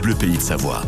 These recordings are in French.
Bleu Pays de Savoie.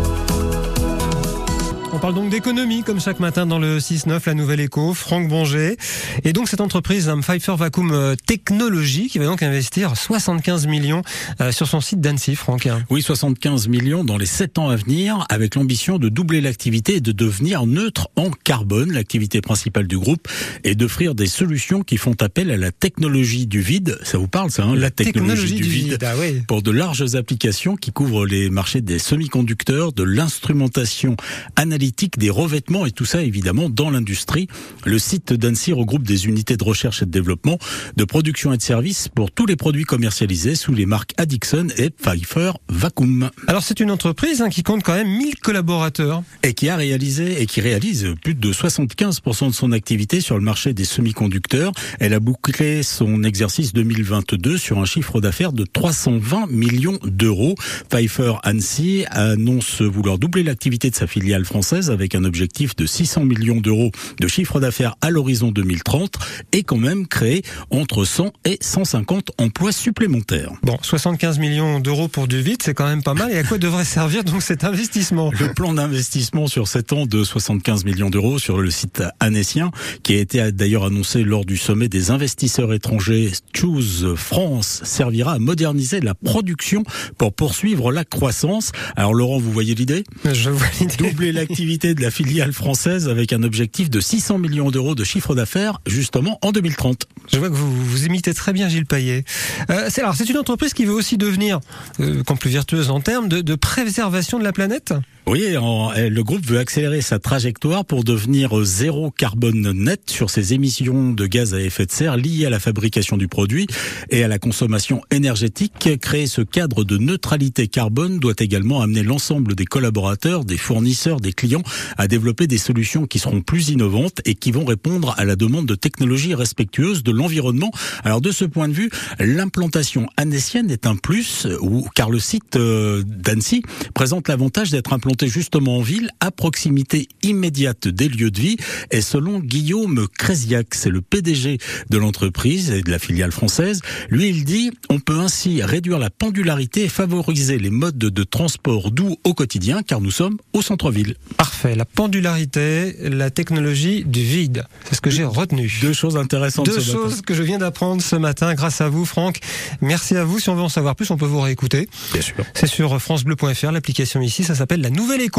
On parle donc d'économie, comme chaque matin dans le 6-9, la Nouvelle Éco, Franck Bonger. Et donc cette entreprise, Pfeiffer Vacuum Technologies, qui va donc investir 75 millions sur son site d'Annecy, Franck. Oui, 75 millions dans les 7 ans à venir, avec l'ambition de doubler l'activité et de devenir neutre en carbone. L'activité principale du groupe est d'offrir des solutions qui font appel à la technologie du vide. Ça vous parle, ça, hein, la technologie du vide. Ah oui. Pour de larges applications qui couvrent les marchés des semi-conducteurs, de l'instrumentation analytique, des revêtements et tout ça évidemment dans l'industrie. Le site d'Annecy regroupe des unités de recherche et de développement, de production et de services pour tous les produits commercialisés sous les marques Addixon et Pfeiffer Vacuum. Alors c'est une entreprise qui compte quand même 1000 collaborateurs. Et qui réalise plus de 75% de son activité sur le marché des semi-conducteurs. Elle a bouclé son exercice 2022 sur un chiffre d'affaires de 320 millions d'euros. Pfeiffer Annecy annonce vouloir doubler l'activité de sa filiale française avec un objectif de 600 millions d'euros de chiffre d'affaires à l'horizon 2030 et quand même créer entre 100 et 150 emplois supplémentaires. Bon, 75 millions d'euros pour du vide, c'est quand même pas mal. Et à quoi devrait servir donc cet investissement ? Le plan d'investissement sur 7 ans de 75 millions d'euros sur le site annécien, qui a été d'ailleurs annoncé lors du sommet des investisseurs étrangers Choose France, servira à moderniser la production pour poursuivre la croissance. Alors Laurent, vous voyez l'idée ? Je vois l'idée. Doubler l'activité de la filiale française avec un objectif de 600 millions d'euros de chiffre d'affaires justement en 2030. Je vois que vous imitez très bien Gilles Payet. C'est une entreprise qui veut aussi devenir comme plus vertueuse en termes de préservation de la planète. Oui, le groupe veut accélérer sa trajectoire pour devenir zéro carbone net sur ses émissions de gaz à effet de serre liées à la fabrication du produit et à la consommation énergétique. Créer ce cadre de neutralité carbone doit également amener l'ensemble des collaborateurs, des fournisseurs, des clients à développer des solutions qui seront plus innovantes et qui vont répondre à la demande de technologies respectueuses de l'environnement. Alors de ce point de vue, l'implantation annécienne est un plus, car le site d'Annecy présente l'avantage d'être implanté justement en ville, à proximité immédiate des lieux de vie. Et selon Guillaume Créziac, c'est le PDG de l'entreprise et de la filiale française, lui il dit on peut ainsi réduire la pendularité et favoriser les modes de transport doux au quotidien, car nous sommes au centre-ville. Parfait, la pendularité, la technologie du vide, c'est ce que j'ai retenu. Deux choses intéressantes. Deux choses que je viens d'apprendre ce matin grâce à vous Franck. Merci à vous. Si on veut en savoir plus, on peut vous réécouter. Bien sûr. C'est sur francebleu.fr, l'application ici, ça s'appelle la Nouvelle Éco.